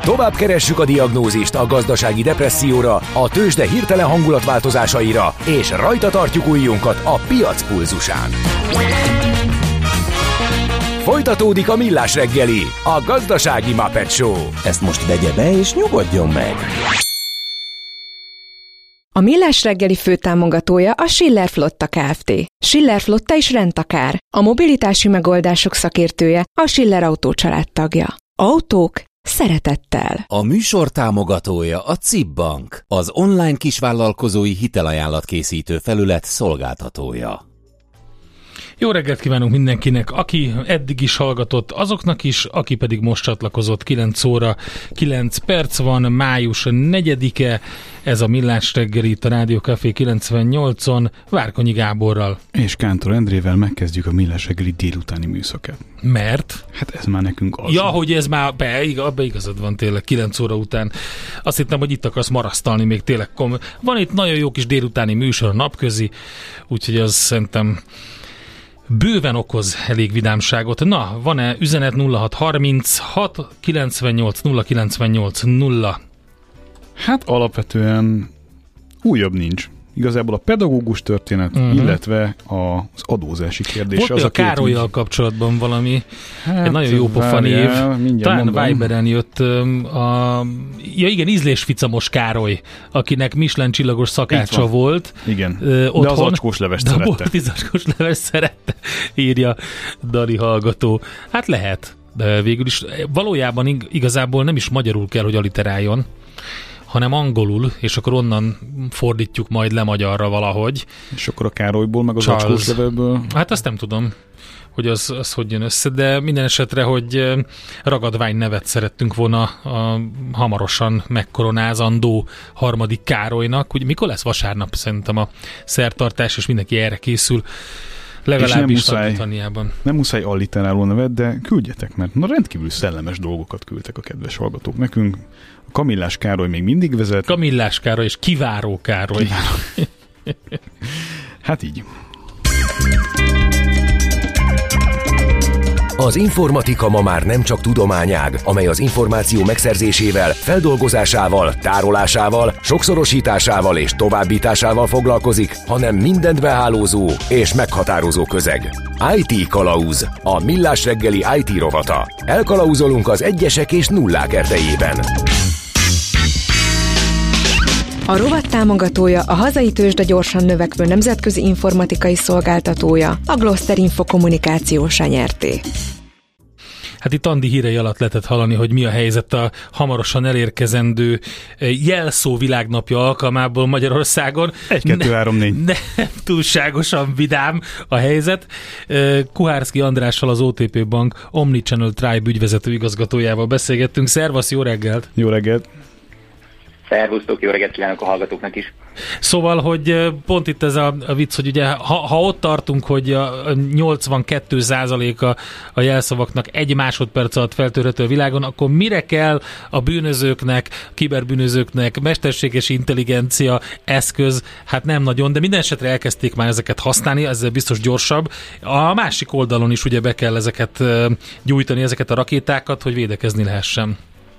Tovább keressük a diagnózist a gazdasági depresszióra, a tőzsde hirtelen hangulatváltozásaira, és rajta tartjuk ujjunkat a piac pulzusán. Folytatódik a Millás reggeli, a gazdasági Muppet Show. Ezt most vegye be és nyugodjon meg! A Millás reggeli főtámogatója a Schiller Flotta Kft. Schiller Flotta is rendtakár. A mobilitási megoldások szakértője, a Schiller Autó család tagja. Autók szeretettel. A műsor támogatója a CIP Bank, az online kisvállalkozói hitelajánlatkészítő felület szolgáltatója. Jó reggelt kívánunk mindenkinek, aki eddig is hallgatott, azoknak is, aki pedig most csatlakozott. 9 óra 9 perc van, május 4-e, ez a Millás reggeli itt a Rádió Café 98-on, Várkonyi Gáborral. És Kántor Endrével megkezdjük a Millás reggeli délutáni műszakát. Mert? Hát ez már nekünk az. Ja, hogy ez már, abban igazad van tényleg, 9 óra után. Azt hittem, hogy itt akarsz marasztalni még tényleg. Van itt nagyon jó kis délutáni műsor, a napközi, úgyhogy az szerintem bőven okoz elég vidámságot. Na, van-e üzenet? 0636 98 098 0? Hát alapvetően újabb nincs. Igazából a pedagógus történet, illetve az adózási kérdés. Volt az a Károllyal kapcsolatban valami, egy nagyon jó pofa név. Talán Viberen jött igen, ízlésficamos Károly, akinek Michelin csillagos szakácsa volt. Igen, otthon, de az acskós levest szerette. De a bolti acskós levest szerette, írja Dani hallgató. Hát lehet, de végül is valójában igazából nem is magyarul kell, hogy aliteráljon, hanem angolul, és akkor onnan fordítjuk majd le magyarra valahogy. És akkor a Károlyból, meg az acskós levelből? Hát azt nem tudom, hogy az hogy jön össze, de minden esetre, hogy ragadvány nevet szerettünk volna a hamarosan megkoronázandó harmadik Károlynak. Ugye mikor lesz? Vasárnap szerintem a szertartás, és mindenki erre készül. Legalábbis Nagy-Britanniában. Nem muszáj alliteráló nevet, de küldjetek, mert rendkívül szellemes dolgokat küldtek a kedves hallgatók nekünk. A Kamillás Károly még mindig vezet. Kamillás Károly és Kiváró Károly. Hát így. Az informatika ma már nem csak tudományág, amely az információ megszerzésével, feldolgozásával, tárolásával, sokszorosításával és továbbításával foglalkozik, hanem mindent behálózó és meghatározó közeg. IT Kalauz, a Millás reggeli IT rovata. Elkalauzolunk az egyesek és nullák erdejében. A rovat támogatója a hazai tőzsde gyorsan növekvő nemzetközi informatikai szolgáltatója, a Gloster Info Kommunikációs Nyerté. Hát itt Andi hírei alatt lehetett hallani, hogy mi a helyzet a hamarosan elérkezendő jelszó világnapja alkalmából Magyarországon. 1, 2, 3, 4. Nem túlságosan vidám a helyzet. Kuhárszki Andrással, az OTP Bank Omnichannel Tribe ügyvezető igazgatójával beszélgettünk. Szervasz, jó reggelt! Jó reggelt! Szervusztok, jó reggelt kívánok a hallgatóknak is. Szóval, hogy pont itt ez a vicc, hogy ugye ha ott tartunk, hogy a 82% a jelszavaknak 1 másodperc alatt feltörhető a világon, akkor mire kell a bűnözőknek, kiberbűnözőknek mesterséges intelligencia eszköz? Hát nem nagyon, de minden esetre elkezdték már ezeket használni, ezzel biztos gyorsabb. A másik oldalon is ugye be kell ezeket gyújtani, ezeket a rakétákat, hogy védekezni lehessen.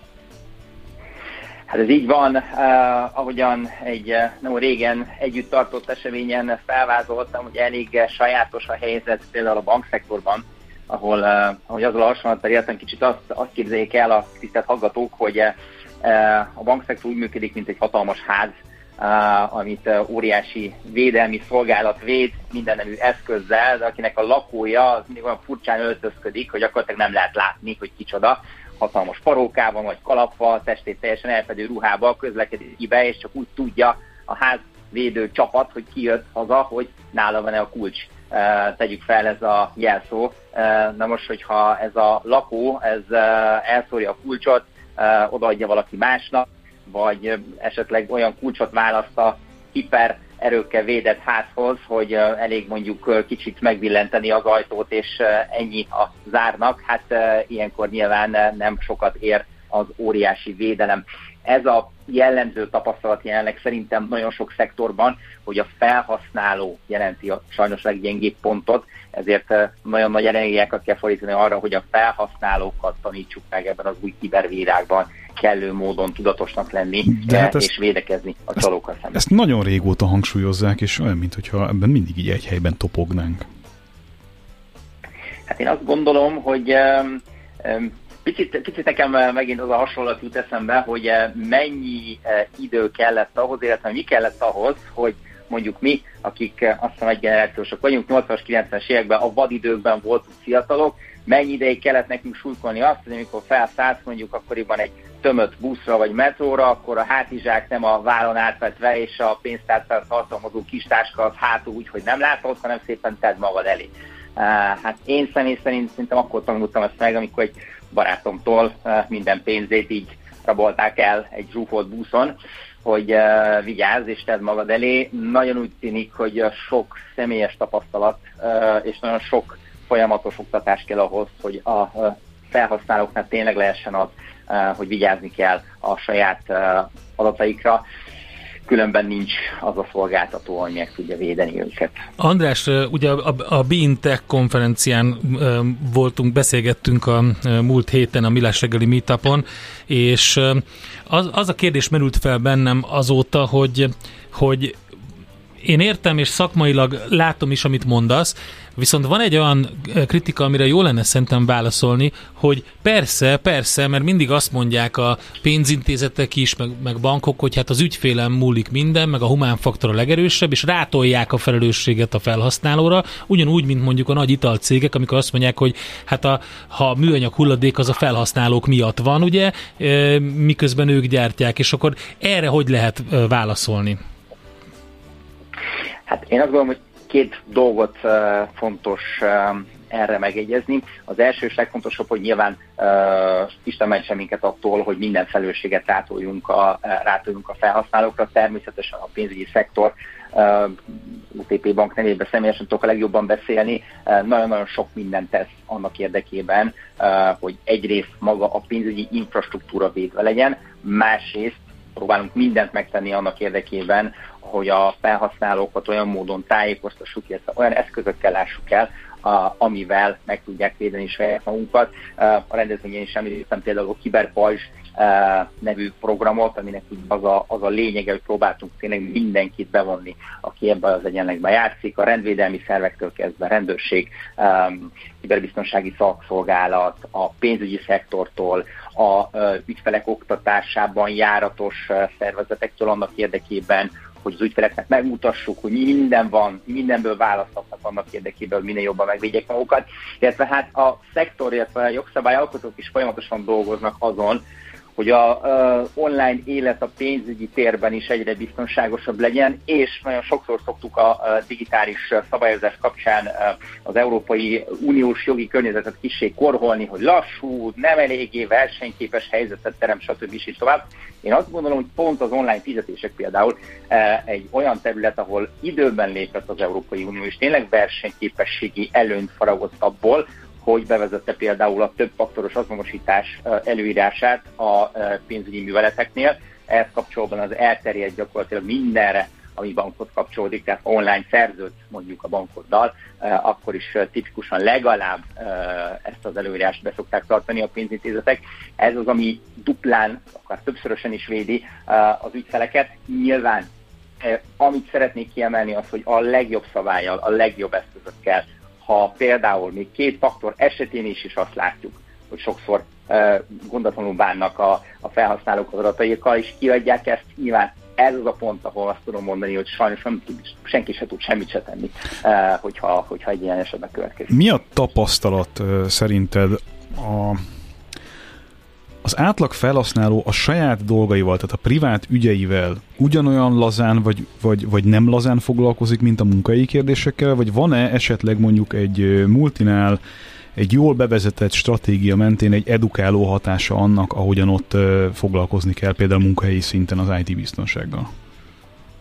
Hát ez így van, ahogyan egy nem régen együtt tartott eseményen felvázoltam, hogy elég sajátos a helyzet például a bankszektorban, ahol, ahogy azzal a hasonlattal éltem, kicsit azt képzeljék el a tisztelt hallgatók, hogy a bankszektor úgy működik, mint egy hatalmas ház, amit óriási védelmi szolgálat véd minden nemű eszközzel, de akinek a lakója az mindig olyan furcsán öltözködik, hogy gyakorlatilag nem lehet látni, hogy kicsoda. Hatalmas parókában vagy kalappal, testét teljesen elfedő ruhába közlekedik ki be, és csak úgy tudja a házvédő csapat, hogy ki jött haza, hogy nála van-e a kulcs. Tegyük fel, ez a jelszó. Na most, hogyha ez a lakó elszórja a kulcsot, odaadja valaki másnak, vagy esetleg olyan kulcsot választ a hiper erőkkel védett házhoz, hogy elég mondjuk kicsit megbillenteni az ajtót, és ennyi a zárnak, hát ilyenkor nyilván nem sokat ér az óriási védelem. ez a jellemző tapasztalat jelenleg szerintem nagyon sok szektorban, hogy a felhasználó jelenti a sajnos leggyengébb pontot, ezért nagyon nagy energiákat kell fordítani arra, hogy a felhasználókat tanítsuk meg ebben az új kibervilágban kellő módon tudatosnak lenni, és védekezni a csalókkal szemben. Ezt nagyon régóta hangsúlyozzák, és olyan, mintha ebben mindig így egy helyben topognánk. Hát én azt gondolom, hogy picit nekem megint az a hasonlat jut eszembe, hogy mennyi idő kellett ahhoz, illetve mi kellett ahhoz, hogy mondjuk mi, akik azt hiszem egy generációsok vagyunk, 80-as, 90-es években a vadidőkben voltunk fiatalok, mennyi ideig kellett nekünk súlykolni azt, hogy amikor felszállsz mondjuk akkoriban egy tömött buszra vagy metróra, akkor a hátizsák nem a vállon átvetve, és a pénztárcát tartalmazó kis táska az hátul úgy, hogy nem látod, hanem szépen tedd magad elé. Hát én személy szerint szerintem akkor tanultam ezt meg, amikor egy barátomtól minden pénzét így rabolták el egy zsúfolt buszon, hogy vigyázz és tedd magad elé. Nagyon úgy tűnik, hogy sok személyes tapasztalat és nagyon sok folyamatos oktatás kell ahhoz, hogy a felhasználóknál tényleg lehessen az, hogy vigyázni kell a saját adataikra, különben nincs az a szolgáltató, ami meg tudja védeni őket. András, ugye a BeInTech konferencián beszélgettünk a múlt héten a Millás reggeli meetupon, és az a kérdés merült fel bennem azóta, hogy én értem, és szakmailag látom is, amit mondasz, viszont van egy olyan kritika, amire jó lenne szerintem válaszolni, hogy persze, mert mindig azt mondják a pénzintézetek is, meg bankok, hogy hát az ügyfélen múlik minden, meg a humán faktor a legerősebb, és rátolják a felelősséget a felhasználóra, ugyanúgy, mint mondjuk a nagy italcégek, amikor azt mondják, hogy hát ha műanyag hulladék az a felhasználók miatt van, ugye, miközben ők gyártják, és akkor erre hogy lehet válaszolni? Hát én azt gondolom, hogy két dolgot fontos erre megegyezni. Az első és legfontosabb, hogy nyilván Isten mentse minket attól, hogy minden felelősséget rátoljunk a felhasználókra. Természetesen a pénzügyi szektor, OTP Bank nevében személyesen tudok a legjobban beszélni, nagyon-nagyon sok mindent tesz annak érdekében, hogy egyrészt maga a pénzügyi infrastruktúra védve legyen, másrészt próbálunk mindent megtenni annak érdekében, hogy a felhasználókat olyan módon tájékoztassuk, illetve olyan eszközökkel lássuk el, amivel meg tudják védeni saját magunkat. A rendezvényen is említettem például a Kiberpajzs nevű programot, aminek az a lényege, hogy próbáltunk tényleg mindenkit bevonni, aki ebben az egyenlegben játszik, a rendvédelmi szervektől kezdve, rendőrség, kiberbiztonsági szakszolgálat, a pénzügyi szektortól, a ügyfelek oktatásában járatos szervezetektől annak érdekében, hogy az ügyfeleknek megmutassuk, hogy minden van, mindenből választhatnak annak érdekében, hogy minél jobban megvédjék magukat. Illetve hát a szektor, illetve a jogszabályalkotók is folyamatosan dolgoznak azon, hogy az online élet a pénzügyi térben is egyre biztonságosabb legyen, és nagyon sokszor szoktuk a digitális szabályozás kapcsán az Európai Uniós jogi környezetet kissé korholni, hogy lassú, nem eléggé versenyképes helyzetet terem, stb. És tovább. Én azt gondolom, hogy pont az online fizetések például egy olyan terület, ahol időben lépett az Európai Unió, és tényleg versenyképességi előnyt faragott abból, hogy bevezette például a többfaktoros azonosítás előírását a pénzügyi műveleteknél. Ehhez kapcsolatban az elterjedt gyakorlatilag mindenre, ami bankot kapcsolódik, tehát online szerződsz mondjuk a bankoddal, akkor is tipikusan legalább ezt az előírást be szokták tartani a pénzintézetek. Ez az, ami duplán, akár többszörösen is védi az ügyfeleket. Nyilván, amit szeretnék kiemelni, az, hogy a legjobb szabállyal, a legjobb eszközökkel, ha például még két faktor esetén is azt látjuk, hogy sokszor gondatlanul bánnak a felhasználók az adataikkal, és kiadják ezt, nyilván ez az a pont, ahol azt tudom mondani, hogy sajnos senki se tud semmit se tenni, hogyha egy ilyen esetben következik. Mi a tapasztalat szerinted az átlag felhasználó a saját dolgaival, tehát a privát ügyeivel ugyanolyan lazán vagy nem lazán foglalkozik, mint a munkai kérdésekkel, vagy van-e esetleg mondjuk egy multinál egy jól bevezetett stratégia mentén egy edukáló hatása annak, ahogyan ott foglalkozni kell például munkahelyi szinten az IT biztonsággal?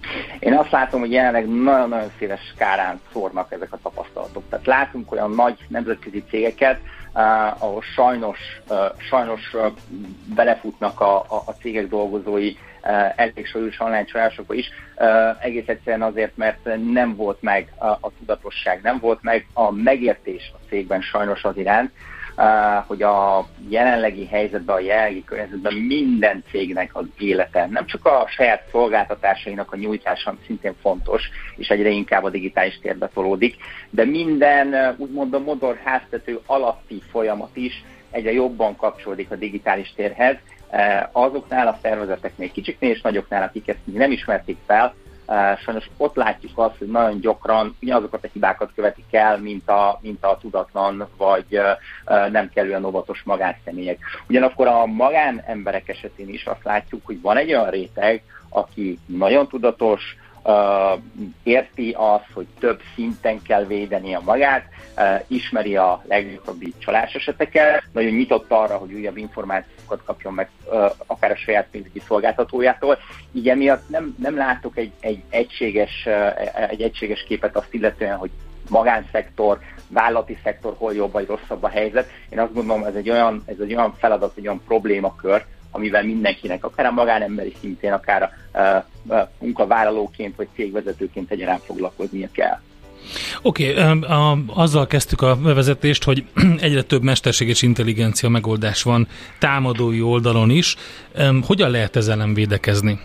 Én azt látom, hogy jelenleg nagyon-nagyon széles skálán szórnak ezek a tapasztalatok. Tehát látunk olyan nagy nemzetközi cégeket, ahol sajnos belefutnak a cégek dolgozói elég súlyos online csalásokba is, egész egyszerűen azért, mert nem volt meg a tudatosság, nem volt meg a megértés a cégben sajnos az iránt, hogy a jelenlegi helyzetben, a jelenlegi környezetben minden cégnek az élete, nem csak a saját szolgáltatásainak a nyújtása, ami szintén fontos, és egyre inkább a digitális térbe tolódik, de minden úgymond a modern háztető alatti folyamat is egyre jobban kapcsolódik a digitális térhez. Azoknál a szervezeteknél, kicsiknél és nagyoknál, akik ezt nem ismerték fel, sajnos ott látjuk azt, hogy nagyon gyakran ugyanazokat a hibákat követik el, mint a tudatlan vagy nem kellően óvatos magánszemélyek. Ugyanakkor a magánemberek esetén is azt látjuk, hogy van egy olyan réteg, aki nagyon tudatos, érti azt, hogy több szinten kell védenie magát, ismeri a leggyakrabbi csalás eseteket, nagyon nyitott arra, hogy újabb információkat kapjon meg akár a saját pénzügyi szolgáltatójától. Így emiatt nem látok egy egységes képet azt illetően, hogy magánszektor, vállalati szektor hol jobb vagy rosszabb a helyzet. Én azt gondolom, ez egy olyan feladat, egy olyan problémakör, amivel mindenkinek, akár a magánember is szintén, akár a munkavállalóként vagy cégvezetőként egyaránt foglalkoznia kell. Oké, azzal kezdtük a bevezetést, hogy egyre több mesterséges intelligencia megoldás van támadói oldalon is. Hogyan lehet ezzel ellen védekezni?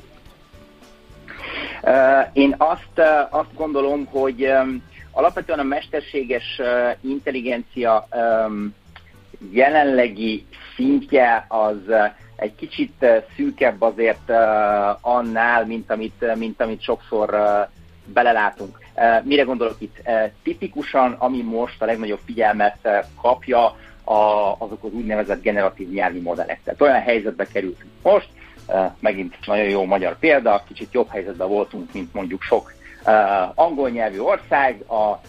Én azt gondolom, hogy alapvetően a mesterséges intelligencia jelenlegi szintje az egy kicsit szűkebb azért annál, mint amit sokszor belelátunk. Mire gondolok itt? Tipikusan, ami most a legnagyobb figyelmet kapja, azok az úgynevezett generatív nyelvi modellek. Tehát olyan helyzetbe kerültünk most, megint nagyon jó magyar példa, kicsit jobb helyzetben voltunk, mint mondjuk sok angol nyelvű ország,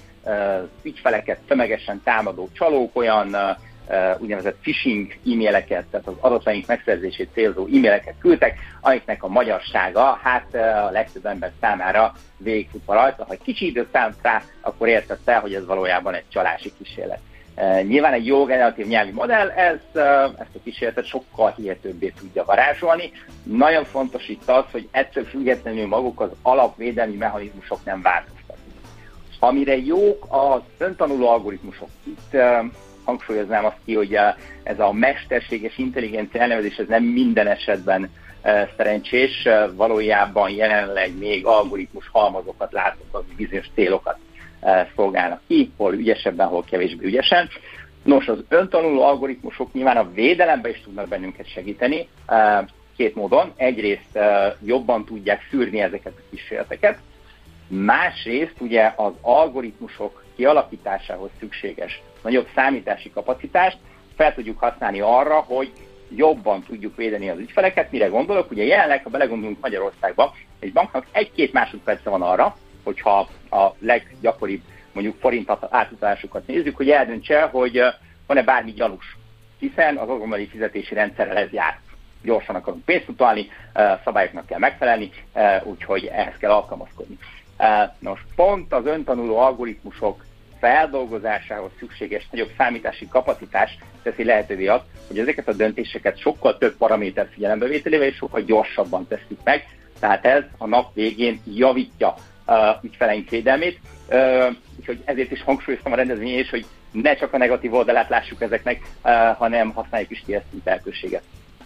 ügyfeleket tömegesen támadó csalók olyan úgynevezett phishing e-maileket, tehát az adataink megszerzését célzó e-maileket küldtek, amiknek a magyarsága, hát a legtöbb ember számára végigfutva rajta. Ha kicsi időt számt rá, akkor értette, hogy ez valójában egy csalási kísérlet. Nyilván egy jó generatív nyelvi modell ezt a kísérletet sokkal hihetőbbé tudja varázsolni. Nagyon fontos itt az, hogy ettől függetlenül maguk az alapvédelmi mechanizmusok nem változtatnak. Amire jók az öntanuló algoritmusok. Itt hangsúlyoznám azt ki, hogy ez a mesterséges intelligencia elnevezés ez nem minden esetben szerencsés. Valójában jelenleg még algoritmus halmazokat látunk, ami bizonyos célokat szolgálnak ki, hol ügyesebben, hol kevésbé ügyesen. Nos, az öntanuló algoritmusok nyilván a védelemben is tudnak bennünket segíteni, két módon. Egyrészt jobban tudják szűrni ezeket a kísérleteket, másrészt ugye az algoritmusok kialakításához szükséges nagyobb számítási kapacitást fel tudjuk használni arra, hogy jobban tudjuk védeni az ügyfeleket. Mire gondolok? Ugye jelenleg, ha belegondolunk Magyarországban, egy banknak 1-2 másodperce van arra, hogyha a leggyakoribb mondjuk forint átutalásokat nézzük, hogy eldöntse, hogy van-e bármi gyanús, hiszen az azonnali fizetési rendszerrel ez jár. Gyorsan akarunk pénzt utalni, szabályoknak kell megfelelni, úgyhogy ehhez kell alkalmazkodni. Nos, pont az öntanuló algoritmusok feldolgozásához szükséges nagyobb számítási kapacitás teszi lehetővé azt, hogy ezeket a döntéseket sokkal több paraméter figyelembevételével és sokkal gyorsabban tesszük meg, tehát ez a nap végén javítja ügyfeleink védelmét, úgyhogy ezért is hangsúlyoztam a rendezvényen is, hogy ne csak a negatív oldalát lássuk ezeknek, hanem használjuk is ki ezt a lehetőséget.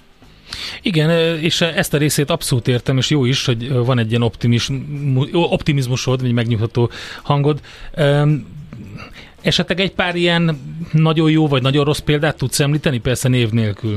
Igen, és ezt a részét abszolút értem, és jó is, hogy van egy ilyen optimizmusod, vagy megnyugtató hangod. Esetleg egy pár ilyen nagyon jó, vagy nagyon rossz példát tudsz említeni, persze név nélkül?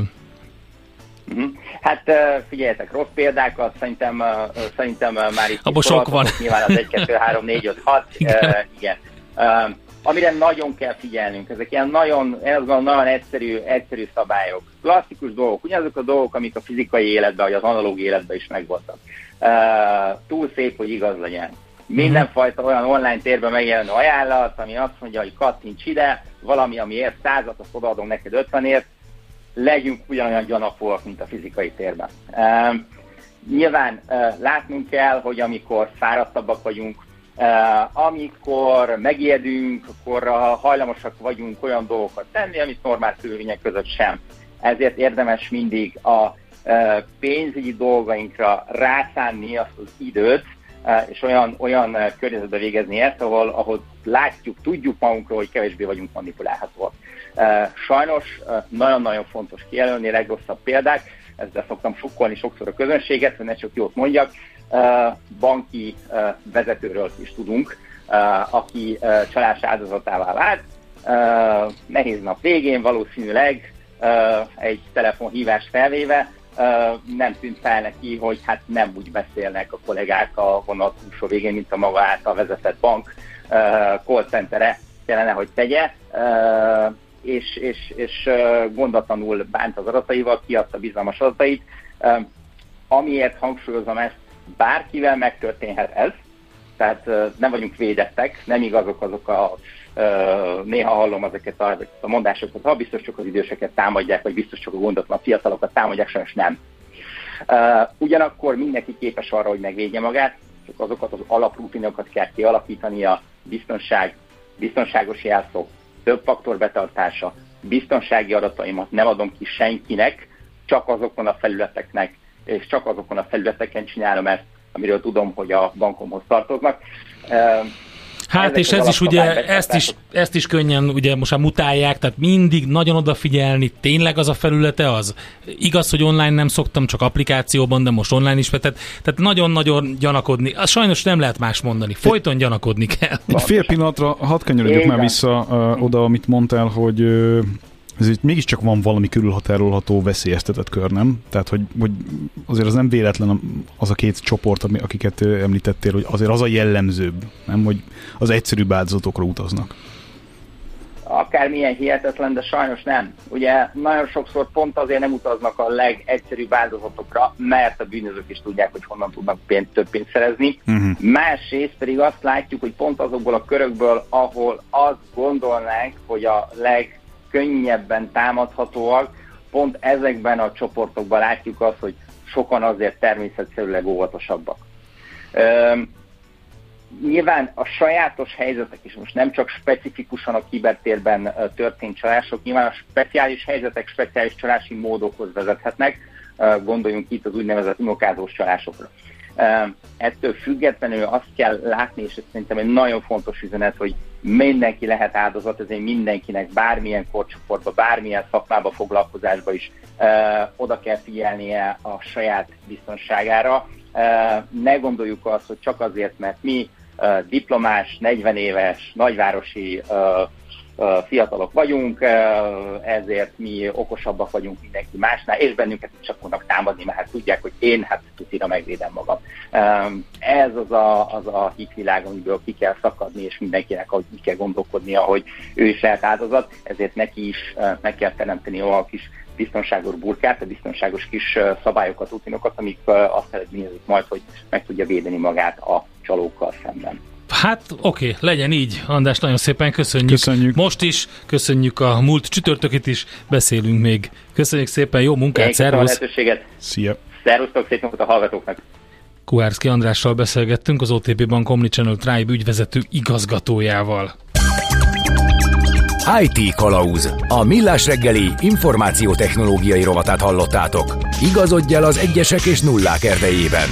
Hát figyeljetek, rossz példákat szerintem már itt abban sok van. Nyilván az 1, 2, 3, 4, 5, 6. Igen. Amire nagyon kell figyelnünk, ezek ilyen nagyon egyszerű szabályok. Klasszikus dolgok, ugyanazok a dolgok, amik a fizikai életben, vagy az analóg életben is megvoltak. Túl szép, hogy igaz legyen. Mindenfajta olyan online térben megjelenő ajánlat, ami azt mondja, hogy kattints ide, valami, ami ért 100-at, azt odaadom neked 50-ért, legyünk ugyanolyan gyanakvóak, mint a fizikai térben. Nyilván látnunk kell, hogy amikor fáradtabbak vagyunk, amikor megijedünk, akkor hajlamosak vagyunk olyan dolgokat tenni, amit normál körülmények között sem. Ezért érdemes mindig a pénzügyi dolgainkra rászánni azt az időt, és olyan környezetbe végezni ezt, ahol látjuk, tudjuk magunkról, hogy kevésbé vagyunk manipulálhatóak. Sajnos nagyon-nagyon fontos kijelölni a legrosszabb példák, ezzel szoktam sokkolni sokszor a közönséget, hogy ne csak jót mondjak, banki vezetőről is tudunk, aki csalás áldozatává vált. Nehéz nap végén valószínűleg egy telefonhívást felvéve nem tűnt fel neki, hogy hát nem úgy beszélnek a kollégák a vonat túlsó végén, mint a maga által vezetett bank call centere kellene, hogy tegye, és gondatlanul bánt az adataival, kiadta bizalmas adatait. Amiért hangsúlyozom ezt, bárkivel megtörténhet ez, tehát nem vagyunk védettek, nem igazok azok néha hallom ezeket a mondásokat, ha biztos csak az időseket támadják, vagy biztos csak a gondatlan fiatalokat támadják, sajnos nem. Ugyanakkor mindenki képes arra, hogy megvédje magát, csak azokat az alaprutinokat kell kialakítania, biztonságos jelszó, több faktor betartása, biztonsági adataimat nem adom ki senkinek, csak azokon a felületeknek, és csak azokon a felületeken csinálom ezt, amiről tudom, hogy a bankomhoz tartoznak. Hát és ez is ugye, ezt is könnyen ugye most már mutálják, tehát mindig nagyon odafigyelni, tényleg az a felülete az. Igaz, hogy online nem szoktam, csak applikációban, de most online is, tehát nagyon-nagyon gyanakodni. Azt sajnos nem lehet más mondani. Folyton gyanakodni kell. Egy fél pillanatra hadd kanyarodjuk már vissza oda, amit mondtál, hogy ez mégiscsak van valami körülhatárolható veszélyeztetett kör, nem? Tehát, hogy azért az nem véletlen az a két csoport, akiket említettél, hogy azért az a jellemzőbb, nem? Hogy az egyszerűbb áldozatokra utaznak. Akármilyen hihetetlen, de sajnos nem. Ugye nagyon sokszor pont azért nem utaznak a legegyszerűbb áldozatokra, mert a bűnözők is tudják, hogy honnan tudnak több pénzt szerezni. Másrészt pedig azt látjuk, hogy pont azokból a körökből, ahol azt gondolnánk, hogy a legkönnyebben támadhatóak, pont ezekben a csoportokban látjuk azt, hogy sokan azért természetszerűleg óvatosabbak. Nyilván a sajátos helyzetek is most nem csak specifikusan a kibertérben történt csalások, nyilván a speciális helyzetek speciális csalási módokhoz vezethetnek, gondoljunk itt az úgynevezett unokázós csalásokra. Ettől függetlenül azt kell látni, és ez szerintem egy nagyon fontos üzenet, hogy mindenki lehet áldozat, ezért mindenkinek bármilyen korcsoportba, bármilyen szakmába, foglalkozásba is oda kell figyelnie a saját biztonságára. Ne gondoljuk azt, hogy csak azért, mert mi diplomás, 40 éves, nagyvárosi fiatalok vagyunk, ezért mi okosabbak vagyunk mindenki másnál, és bennünket is csak fognak támadni, mert hát tudják, hogy én tucira megvédem magam. Ez az a hitvilág, amiből ki kell szakadni, és mindenkinek ahogy ki kell gondolkodnia, hogy ő is lehet áldozat, ezért neki is meg kell teremteni a kis biztonságos burkát, a biztonságos kis szabályokat, rutinokat, amik azt eredményezik majd, hogy meg tudja védeni magát a csalókkal szemben. Hát oké, legyen így. András, nagyon szépen köszönjük. Most is, köszönjük a múlt csütörtökit is, beszélünk még. Köszönjük szépen, jó munkát, szervusz! Szia! Szervusztok, szép napot a hallgatóknak! Kuhárszky Andrással beszélgettünk, az OTP Bank Omnichannel Tribe ügyvezető igazgatójával. IT Kalauz. A Millás reggeli információtechnológiai rovatát hallottátok. Igazodj el az egyesek és nullák erdejében.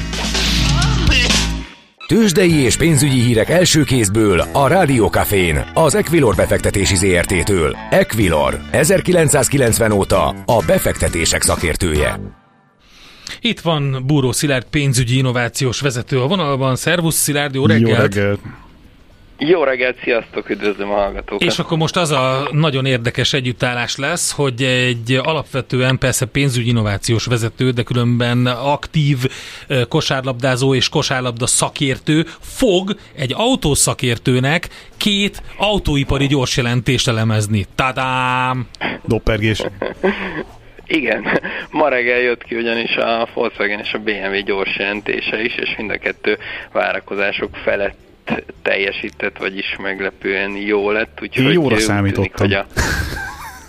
Tőzsdei és pénzügyi hírek első kézből a Rádió Cafén, az Equilor befektetési ZRT-től. Equilor, 1990 óta a befektetések szakértője. Itt van Búró Szilárd, pénzügyi innovációs vezető a vonalban. Szervusz Szilárd, jó reggelt! Jó reggelt! Jó reggelt, sziasztok, üdvözlöm a hallgatókat! És akkor most az a nagyon érdekes együttállás lesz, hogy egy alapvetően persze pénzügyi innovációs vezető, de különben aktív kosárlabdázó és kosárlabda szakértő fog egy autószakértőnek 2 autóipari gyorsjelentést elemezni. Tadám! Doppergés! Igen, ma reggel jött ki ugyanis a Volkswagen és a BMW gyors jelentése is, és mind a kettő várakozások felett teljesített, vagyis meglepően jó lett. Úgyhogy én jóra számítottam. Tűnik,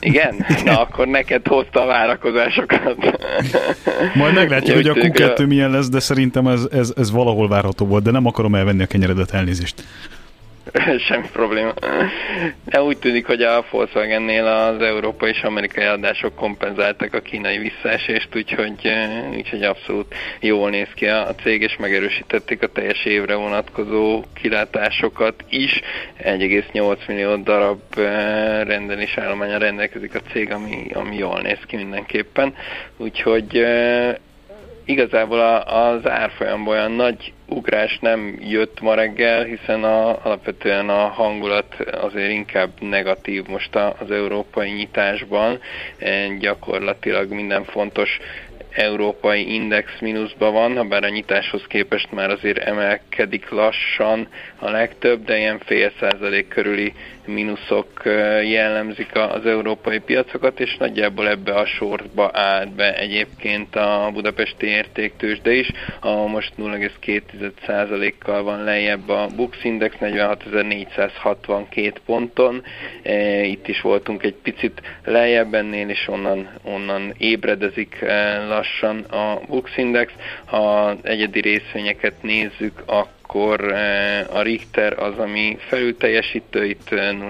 Igen? Na, akkor neked hozta a várakozásokat. Majd meglátjuk, hogy a Q2 milyen lesz, de szerintem ez valahol várható volt, de nem akarom elvenni a kenyeredet, elnézést. Semmi probléma. De úgy tűnik, hogy a Volkswagennél az európai és amerikai adások kompenzáltak a kínai visszaesést, úgyhogy abszolút jól néz ki a cég, és megerősítették a teljes évre vonatkozó kilátásokat is. 1,8 millió darab rendelés állománnyal rendelkezik a cég, ami jól néz ki mindenképpen. Úgyhogy igazából az árfolyamban olyan nagy ugrás nem jött ma reggel, hiszen alapvetően a hangulat azért inkább negatív most az európai nyitásban. Gyakorlatilag minden fontos európai index mínuszban van, ha bár a nyitáshoz képest már azért emelkedik lassan a legtöbb, de ilyen 0,5% körüli mínuszok jellemzik az európai piacokat, és nagyjából ebbe a sorba állt be egyébként a budapesti értéktőzsde is, ahol most 0,2%-kal van lejjebb a Bux Index 46.462 ponton. Itt is voltunk egy picit lejjebb ennél, és onnan ébredezik lassan a Bux Index. Ha az egyedi részvényeket nézzük, akkor a Richter az, ami felülteljesítő, itt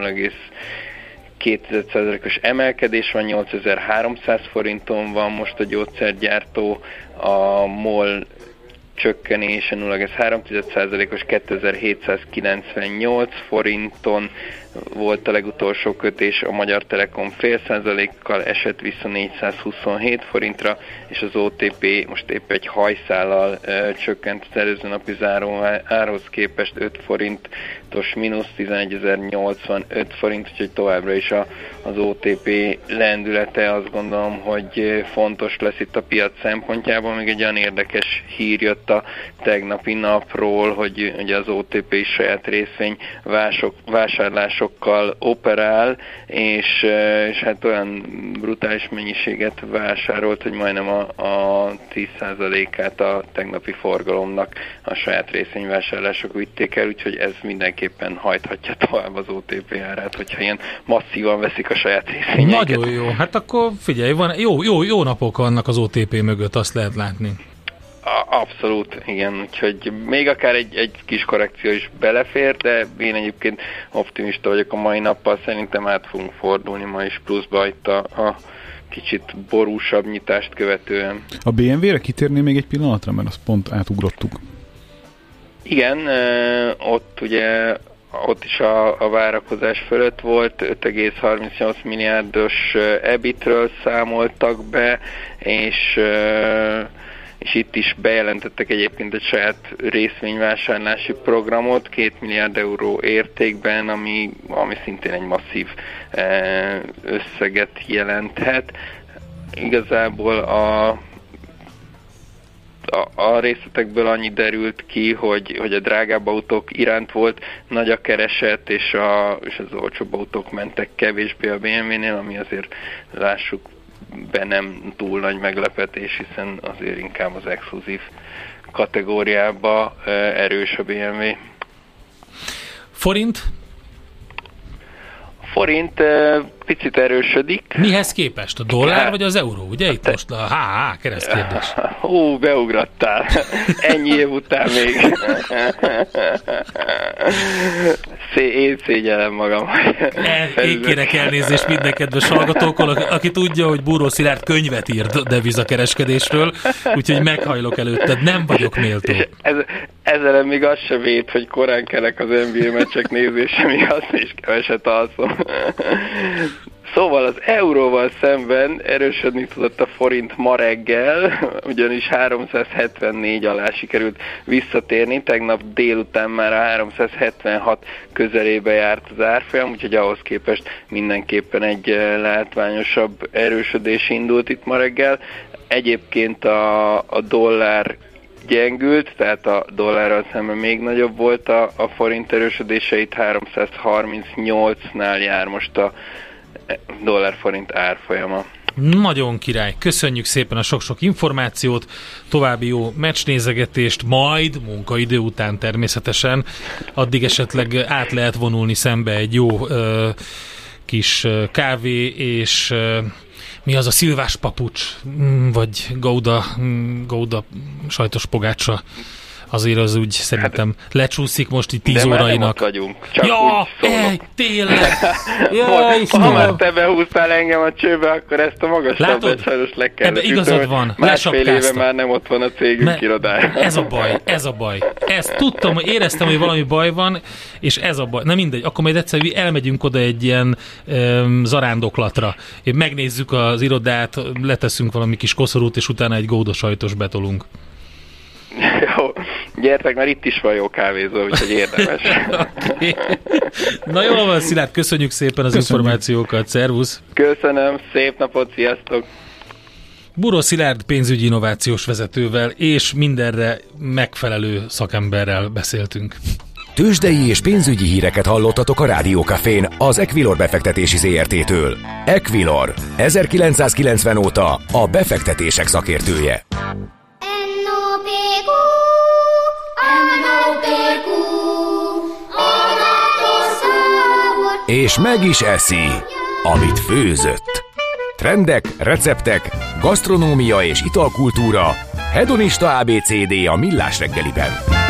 0,2%-os emelkedés van, 8300 forinton van most a gyógyszergyártó, a MOL csökkenése 0,3%-os 2798 forinton volt a legutolsó kötés, a Magyar Telekom 0,5%-kal esett vissza 427 forintra, és az OTP most épp egy hajszállal csökkent az előző napi záróárhoz képest 5 forintos mínusz, 11.085 forint, úgyhogy továbbra is az OTP lendülete, azt gondolom, hogy fontos lesz itt a piac szempontjából. Még egy olyan érdekes hír jött a tegnapi napról, hogy az OTP is saját részvény vásárlásokkal operál, és hát olyan brutális mennyiséget vásárolt, hogy majdnem a 10%-át a tegnapi forgalomnak a saját részvényvásárlások vitték el, úgyhogy ez mindenképpen hajthatja tovább az OTP árát, hogyha ilyen masszívan veszik a saját részvényeket. Nagyon jó, hát akkor figyelj, van, jó napok vannak az OTP mögött, azt lehet látni. Abszolút, igen, úgyhogy még akár egy kis korrekció is belefér, de én egyébként optimista vagyok a mai nappal, szerintem át fogunk fordulni ma is pluszba itt a kicsit borúsabb nyitást követően. A BMW-re kitérnél még egy pillanatra, mert azt pont átugrottuk. Igen, ott is a várakozás fölött volt, 5,38 milliárdos EBIT-ről számoltak be, és itt is bejelentettek egyébként egy saját részvényvásárlási programot 2 milliárd euró értékben, ami szintén egy masszív összeget jelenthet. Igazából a részletekből annyi derült ki, hogy a drágább autók iránt volt nagy a kereset, és az olcsóbb autók mentek kevésbé a BMW-nél, ami azért lássuk be nem túl nagy meglepetés, hiszen azért inkább az exkluzív kategóriába erős a BMW. Forint? Forint picit erősödik. Mihez képest? A dollár vagy az euró? Ugye itt most a keresztkérdés. Beugrattál. Ennyi év után még. Én szégyellem magam. Én kérek elnézést minden kedves hallgatókon, aki tudja, hogy Búró Szilárd könyvet írt devizakereskedésről, úgyhogy meghajlok előtted, nem vagyok méltó. Ezzel még az sem véd, hogy korán kelek az NBA meccsek nézése miatt, és keveset alszom. Szóval az euróval szemben erősödni tudott a forint ma reggel, ugyanis 374 alá sikerült visszatérni, tegnap délután már a 376 közelébe járt az árfolyam, úgyhogy ahhoz képest mindenképpen egy látványosabb erősödés indult itt ma reggel. Egyébként a dollár gyengült, tehát a dollárral szemben még nagyobb volt a forint erősödése, itt 338-nál jár most a dollár-forint árfolyama. Nagyon király. Köszönjük szépen a sok-sok információt, további jó meccsnézegetést, majd munkaidő után természetesen, addig esetleg át lehet vonulni szembe egy jó kis kávé, és mi az a szilvás papucs, vagy Gouda sajtos pogácsa. Azért az úgy szerintem lecsúszik most így 10 órainak. De vagyunk, csak ja, úgy szólok. Tényleg! Jaj, ha már te behúztál engem a csőbe, akkor ezt a magasabbet sajnos le kell. Ebben igazad van, másfél éve már nem ott van a cégünk irodája. Ez a baj. Ezt tudtam, hogy éreztem, hogy valami baj van, és ez a baj. Na mindegy, akkor majd egyszer elmegyünk oda egy ilyen zarándoklatra. Megnézzük az irodát, leteszünk valami kis koszorút, és utána egy Gouda sajtos betolunk. Jó, gyertek, mert itt is van jó kávézó, úgyhogy érdemes. Okay. Na jól van, Szilárd, köszönjük szépen az információkat, szervusz! Köszönöm, szép napot, sziasztok! Buró Szilárd pénzügyi innovációs vezetővel és mindenre megfelelő szakemberrel beszéltünk. Tőzsdei és pénzügyi híreket hallottatok a Rádiókafén az Equilor befektetési ZRT-től. Equilor, 1990 óta a befektetések szakértője. És meg is eszi, amit főzött. Trendek, receptek, gasztronómia és italkultúra, hedonista ABCD a Millás reggeliben.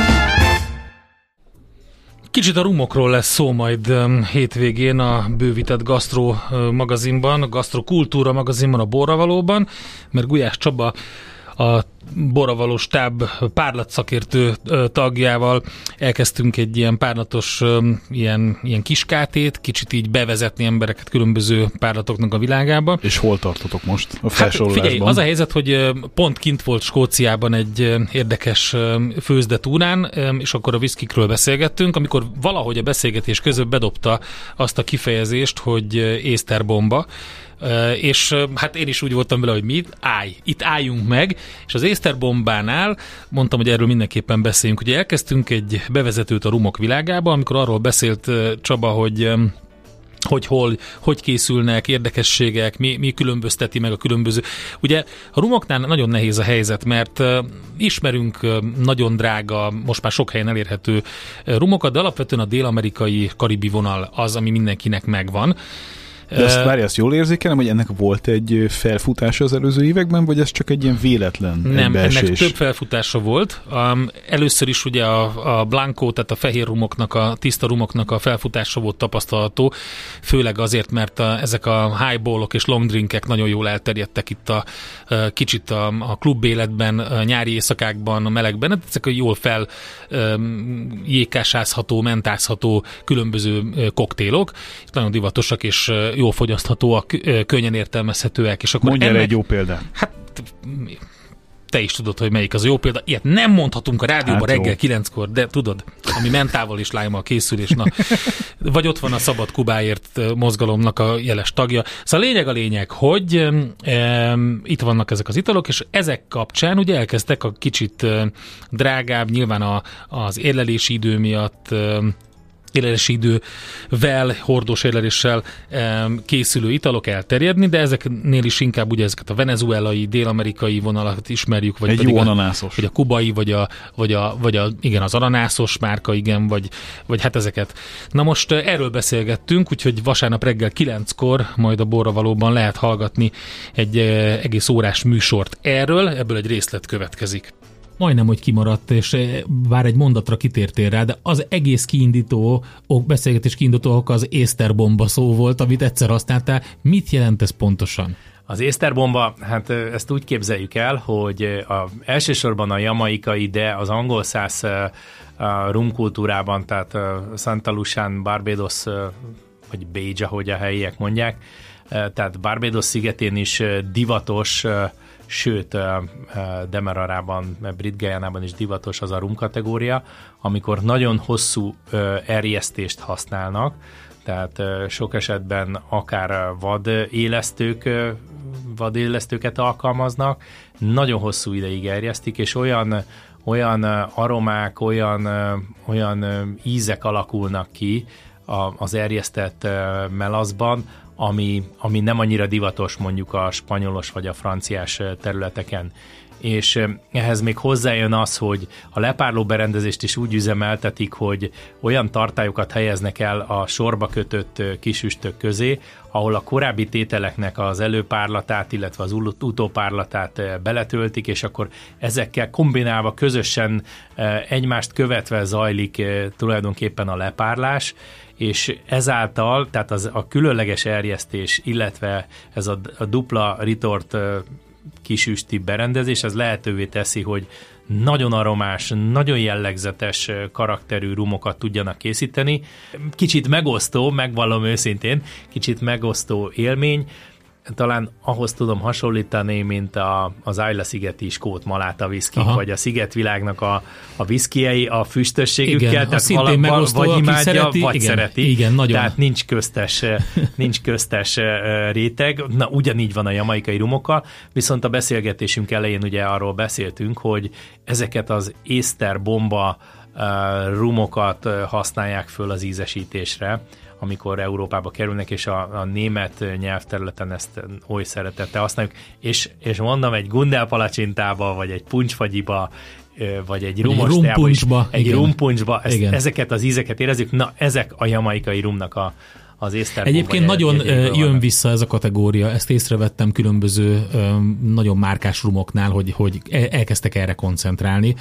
Kicsit a rumokról lesz szó majd hétvégén a bővített Gasztro magazinban, a Gasztrokultúra magazinban, a Borravalóban, mert Gulyás Csaba, a Borravaló stáb párlatszakértő tagjával elkezdtünk egy ilyen párlatos ilyen kiskátét, kicsit így bevezetni embereket különböző párlatoknak a világába. És hol tartotok most a felsorolásban? Figyelj, az a helyzet, hogy pont kint volt Skóciában egy érdekes főzdetúrán, és akkor a viszkikről beszélgettünk, amikor valahogy a beszélgetés között bedobta azt a kifejezést, hogy észterbomba, és hát én is úgy voltam vele, hogy itt álljunk meg, és az észterbombánál mondtam, hogy erről mindenképpen beszéljünk. Ugye elkezdtünk egy bevezetőt a rumok világába, amikor arról beszélt Csaba, hogy készülnek, érdekességek, mi különbözteti meg a különböző. Ugye a rumoknál nagyon nehéz a helyzet, mert ismerünk nagyon drága, most már sok helyen elérhető rumokat, de alapvetően a dél-amerikai karibi vonal az, ami mindenkinek megvan. De azt jól érzékelem, hogy ennek volt egy felfutása az előző években, vagy ez csak egy ilyen véletlen Nem, ennek több felfutása volt. Először is ugye a Blanco, tehát a fehér rumoknak, a tiszta rumoknak a felfutása volt tapasztalható, főleg azért, mert ezek a highballok és long drinkek nagyon jól elterjedtek itt kicsit a klubéletben, a nyári éjszakákban, a melegben, ezek a jól jégkásázható, mentázható különböző koktélok, nagyon divatosak és jól fogyaszthatóak, könnyen értelmezhetőek. És akkor mondj erre egy jó példát. Hát te is tudod, hogy melyik az a jó példa. Ilyet nem mondhatunk a rádióban reggel 9-kor, de tudod, ami mentával és lájmmal készül, és vagy ott van a Szabad Kubáért mozgalomnak a jeles tagja. Szóval a lényeg, hogy itt vannak ezek az italok, és ezek kapcsán ugye elkezdtek a kicsit drágább, nyilván az érlelési idő miatt érlelési idővel, hordós érleléssel készülő italok elterjedni, de ezeknél is inkább ugye ezeket a venezuelai, dél-amerikai vonalat ismerjük, vagy egy pedig jó ananászos. vagy a kubai, vagy igen, az ananászos márka, igen, vagy hát ezeket. Na most erről beszélgettünk, úgyhogy vasárnap reggel 9-kor majd a Borravalóban lehet hallgatni egy egész órás műsort erről, ebből egy részlet következik. Majdnem, hogy kimaradt, és bár egy mondatra kitértél rá, de az egész beszélgetés kiindító oka az észterbomba szó volt, amit egyszer használtál. Mit jelent ez pontosan? Az észterbomba, hát ezt úgy képzeljük el, hogy elsősorban a jamaikai, de az angol száz rumkultúrában, tehát Santa Lucián, Barbados, vagy Beige, ahogy a helyiek mondják, tehát Barbados szigetén is divatos, sőt, Demerarában, Brit Guyanában is divatos az a rum kategória, amikor nagyon hosszú erjesztést használnak, tehát sok esetben akár vadélesztőket alkalmaznak, nagyon hosszú ideig erjesztik, és olyan aromák, olyan ízek alakulnak ki az erjesztett melaszban, ami nem annyira divatos mondjuk a spanyolos vagy a franciás területeken. És ehhez még hozzájön az, hogy a lepárló berendezést is úgy üzemeltetik, hogy olyan tartályokat helyeznek el a sorba kötött kisüstök közé, ahol a korábbi tételeknek az előpárlatát, illetve az utópárlatát beletöltik, és akkor ezekkel kombinálva közösen egymást követve zajlik tulajdonképpen a lepárlás, és ezáltal, tehát a különleges erjesztés, illetve ez a dupla retort kisüsti berendezés, ez lehetővé teszi, hogy nagyon aromás, nagyon jellegzetes karakterű rumokat tudjanak készíteni. Kicsit megosztó, megvallom őszintén, kicsit megosztó élmény, talán ahhoz tudom hasonlítani, mint az Islay-szigeti skót maláta viszki, vagy a szigetvilágnak a viszkiei a füstösségükkel, igen, tehát vagy imádja, szereti, vagy igen, szereti. Igen, nagyon. Tehát nincs köztes réteg. Na, ugyanígy van a jamaikai rumokkal, viszont a beszélgetésünk elején ugye arról beszéltünk, hogy ezeket az észterbomba rumokat használják föl az ízesítésre, amikor Európába kerülnek, és a német nyelvterületen ezt oly szeretettel használjuk, és mondom, egy gundelpalacsintába, vagy egy puncsfagyiba, vagy egy rumpuncsba, ezeket az ízeket érezzük, na ezek a jamaikai rumnak az észterbomba. Egyébként nagyon jön vissza ez a kategória, ezt észrevettem különböző nagyon márkás rumoknál, hogy elkezdtek erre koncentrálni.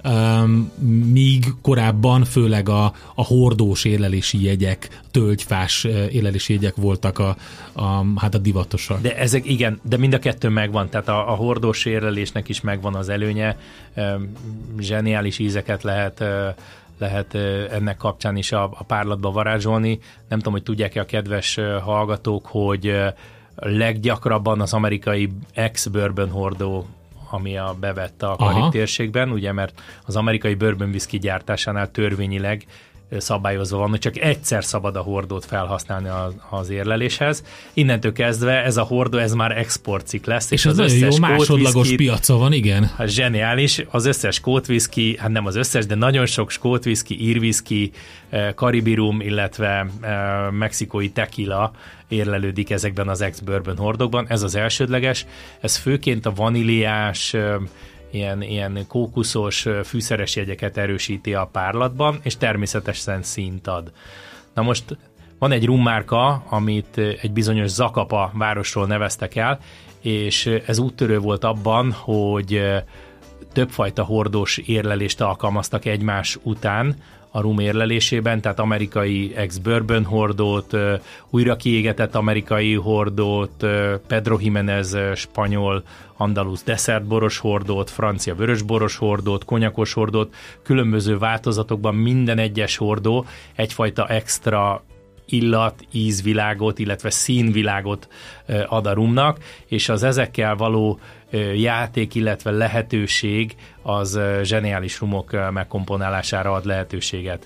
Míg korábban főleg a hordós érlelési jegyek, tölgyfás érlelési jegyek voltak a divatosak. De ezek igen, de mind a kettő megvan, tehát a hordós érlelésnek is megvan az előnye, zseniális ízeket lehet ennek kapcsán is a párlatba varázsolni. Nem tudom, hogy tudják-e a kedves hallgatók, hogy leggyakrabban az amerikai ex-bourbon hordó, ami bevett a Karib térségben, ugye, mert az amerikai bourbon whisky gyártásánál törvényileg szabályozva van, hogy csak egyszer szabad a hordót felhasználni az érleléshez. Innentől kezdve ez a hordó, ez már exportcikk lesz. És az nagyon jó másodlagos piaca van, igen. Hát zseniális. Az összes skót whisky, hát nem az összes, de nagyon sok skót whisky, ír whisky, karibi rum, illetve mexikói tequila érlelődik ezekben az ex-bourbon hordókban. Ez az elsődleges. Ez főként a vaníliás, ilyen kókuszos, fűszeres jegyeket erősíti a párlatban, és természetesen színt ad. Na most van egy rummárka, amit egy bizonyos Zacapa városról neveztek el, és ez úttörő volt abban, hogy többfajta hordós érlelést alkalmaztak egymás után a rum érlelésében, tehát amerikai ex-bourbon hordót, újra kiégetett amerikai hordót, Pedro Jiménez spanyol andalusz desszertboros hordót, francia vörösboros hordót, konyakos hordót, különböző változatokban minden egyes hordó egyfajta extra illat, ízvilágot, illetve színvilágot ad a rumnak, és az ezekkel való játék, illetve lehetőség az zseniális rumok megkomponálására ad lehetőséget.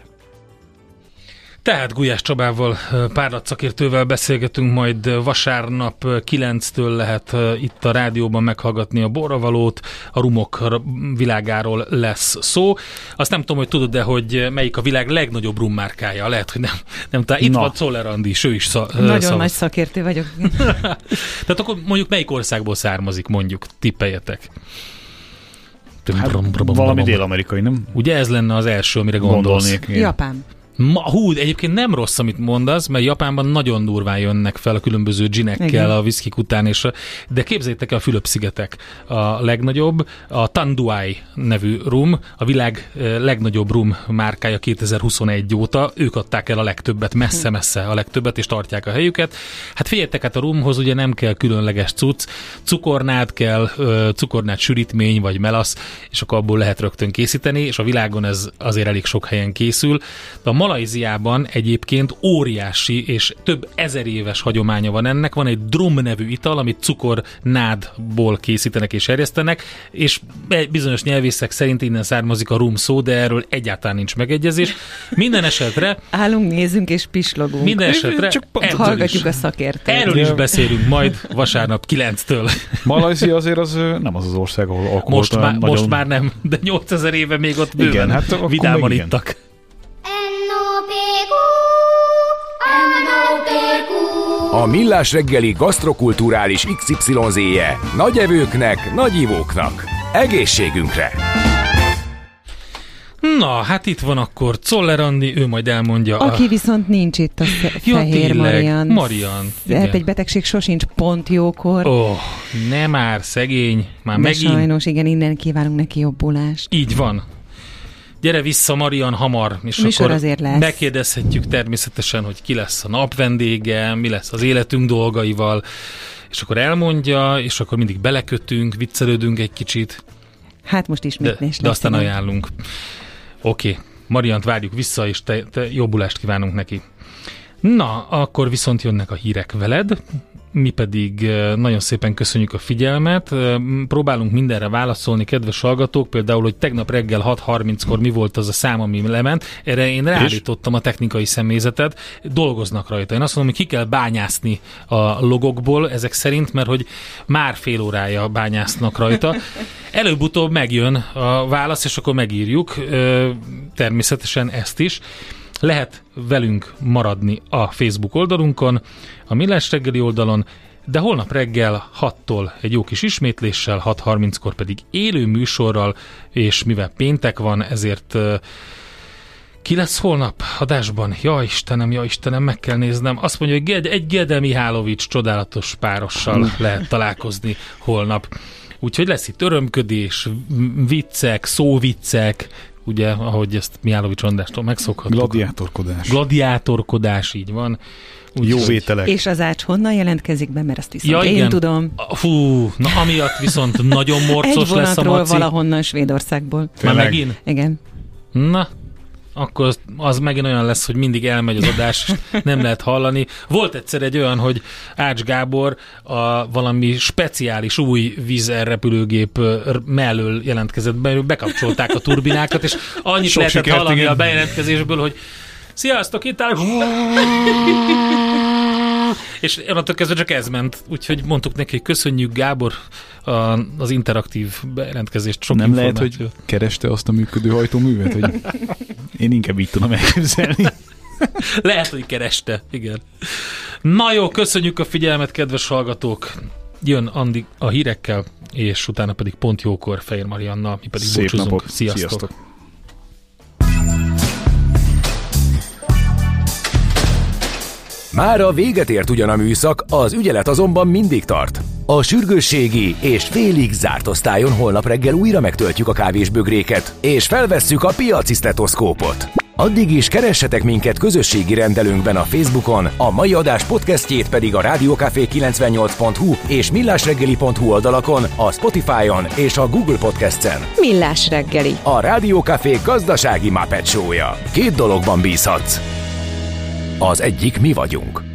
Tehát Gulyás Csabával, párlatszakértővel beszélgetünk, majd vasárnap 9-től lehet itt a rádióban meghallgatni a borravalót, a rumok világáról lesz szó. Azt nem tudom, hogy tudod, de hogy melyik a világ legnagyobb rummárkája. Lehet, hogy nem. Itt van Czoller Andi, és ő is nagyon nagy szakértő vagyok. Tehát akkor mondjuk melyik országból származik, mondjuk, tippeljetek. Hát, valami dél-amerikai, nem? Ugye ez lenne az első, amire gondolsz. Japán. Egyébként nem rossz, amit mondasz, mert Japánban nagyon durván jönnek fel a különböző ginekkel, igen, a viszkik után, de képzeljétek el, a Fülöp-szigetek a legnagyobb, a Tanduay nevű rum, a világ legnagyobb rum márkája 2021 óta, ők adták el a legtöbbet, messze-messze a legtöbbet, és tartják a helyüket. Hát figyeljetek, hát a rumhoz ugye nem kell különleges cucc, cukornád kell, cukornád sűrítmény, vagy melasz, és akkor abból lehet rögtön készíteni, és a világon ez azért elég sok helyen készül. De a Malajziában egyébként óriási és több ezer éves hagyománya van ennek. Van egy drum nevű ital, amit cukornádból készítenek és erjesztenek, és bizonyos nyelvészek szerint innen származik a rum szó, de erről egyáltalán nincs megegyezés. Minden esetre... Állunk, nézünk és pislogunk. Minden esetre... Csak hallgatjuk a szakértőt. Erről is beszélünk majd vasárnap 9-től. Malajzia azért az nem az ország, ahol alkoholt most már nem, de 8000 éve még ott bőven, igen, hát vidáman ittak. A Millás reggeli gasztrokulturális XYZ-je. Nagy evőknek, nagy ivóknak. Egészségünkre! Na, hát itt van akkor Czoller Andi, ő majd elmondja. Aki viszont nincs itt, a Fehér Marian. Marian. Egy betegség sosincs pont jókor. Nem már, szegény. Már de megint. Sajnos, igen, innen kívánunk neki jobbulást. Így van. Gyere vissza, Marian, hamar. És műsor akkor azért lesz. Megkérdezhetjük természetesen, hogy ki lesz a nap vendége, mi lesz az életünk dolgaival, és akkor elmondja, és akkor mindig belekötünk, viccelődünk egy kicsit. Hát most ismétlés de aztán ajánlunk. Oké, Mariant várjuk vissza, és te jobbulást kívánunk neki. Na, akkor viszont jönnek a hírek veled, mi pedig nagyon szépen köszönjük a figyelmet, próbálunk mindenre válaszolni, kedves hallgatók, például, hogy tegnap reggel 6:30-kor mi volt az a szám, ami lement, erre én ráállítottam a technikai személyzetet, dolgoznak rajta. Én azt mondom, hogy ki kell bányászni a logokból ezek szerint, mert hogy már fél órája bányásznak rajta. Előbb-utóbb megjön a válasz, és akkor megírjuk természetesen ezt is. Lehet velünk maradni a Facebook oldalunkon, a Millás reggeli oldalon, de holnap reggel 6-tól egy jó kis ismétléssel, 6:30-kor pedig élő műsorral, és mivel péntek van, ezért ki lesz holnap adásban? Ja Istenem, meg kell néznem. Azt mondja, hogy egy Gede Mihálovics csodálatos párossal lehet találkozni holnap. Úgyhogy lesz itt örömködés, viccek, szóviccek, ugye, ahogy ezt Mihálovics Andrástól megszokhattuk. Gladiátorkodás, így van. Jó vételek. És az Ács honnan jelentkezik be, mert azt viszont én tudom. Fú, na amiatt viszont nagyon morcos lesz a maci. Valahonnan Svédországból. Már megint? Igen. Na, akkor az megint olyan lesz, hogy mindig elmegy az adás, nem lehet hallani. Volt egyszer egy olyan, hogy Ács Gábor valami speciális új vízrepülőgép mellől jelentkezett be, bekapcsolták a turbinákat, és annyit lehetett hallani a bejelentkezésből, hogy sziasztok, itt áll... És onnantól kezdve csak ez ment, úgyhogy mondtuk neki, hogy köszönjük, Gábor, az interaktív bejelentkezést. Sok nem lehet, hogy kereste azt a működő hajtóművet, hogy én inkább így tudom elképzelni. Lehet, hogy kereste, igen. Na jó, köszönjük a figyelmet, kedves hallgatók. Jön Andi a hírekkel, és utána pedig pont jókor Fehér Mariannal, mi pedig szép búcsúzunk. Napot. Sziasztok! Mára véget ért ugyan a műszak, az ügyelet azonban mindig tart. A sürgősségi és félig zárt osztályon holnap reggel újra megtöltjük a kávésbögréket, és felvesszük a piaci sztetoszkópot. Addig is keressetek minket közösségi rendelőnkben a Facebookon, a mai adás podcastjét pedig a rádiókafé98.hu és millásreggeli.hu oldalakon, a Spotify-on és a Google Podcast-en. Millás reggeli. A Rádiókafé gazdasági Muppet Show-ja. 2 dologban bízhatsz. Az egyik mi vagyunk.